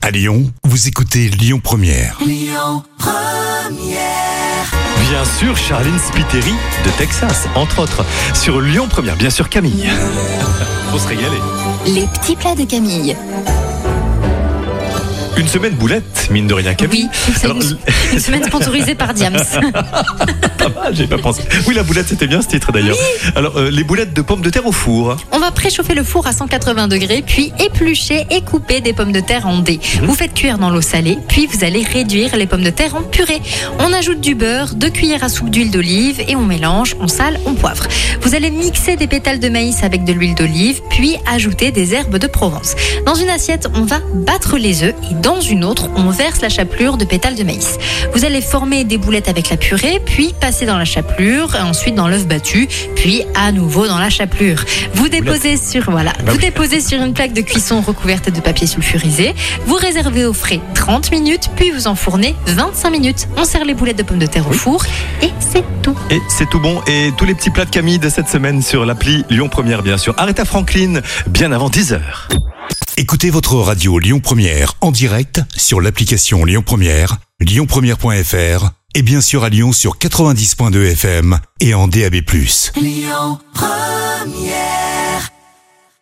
À Lyon, vous écoutez Lyon Première. Lyon Première. Bien sûr, Charline Spiteri de Texas, entre autres. Sur Lyon Première, bien sûr, Camille. Faut se régaler. Les petits plats de Camille. Une semaine boulette, mine de rien, Camille. Oui, une semaine sponsorisée par Diams. Pas mal, j'ai pas pensé. Oui, la boulette, c'était bien ce titre d'ailleurs. Oui. Alors, les boulettes de pommes de terre au four. On va préchauffer le four à 180 degrés, puis éplucher et couper des pommes de terre en dés. Vous faites cuire dans l'eau salée, puis vous allez réduire les pommes de terre en purée. On ajoute du beurre, 2 cuillères à soupe d'huile d'olive et on mélange, on sale, on poivre. Vous allez mixer des pétales de maïs avec de l'huile d'olive, puis ajouter des herbes de Provence. Dans une assiette, on va battre les œufs et dans une autre, on verse la chapelure de pétales de maïs. Vous allez former des boulettes avec la purée, puis passer dans la chapelure, et ensuite dans l'œuf battu, puis à nouveau dans la chapelure. Vous déposez sur une plaque de cuisson recouverte de papier sulfurisé. Vous réservez au frais 30 minutes, puis vous enfournez 25 minutes. On sert les boulettes de pommes de terre au four et c'est tout. Et c'est tout bon. Et tous les petits plats de Camille de cette semaine sur l'appli Lyon Première, bien sûr. Aretha Franklin, bien avant 10h. Écoutez votre radio Lyon Première en direct sur l'application Lyon Première, lyonpremière.fr et bien sûr à Lyon sur 90.2 FM et en DAB+. Lyon Première.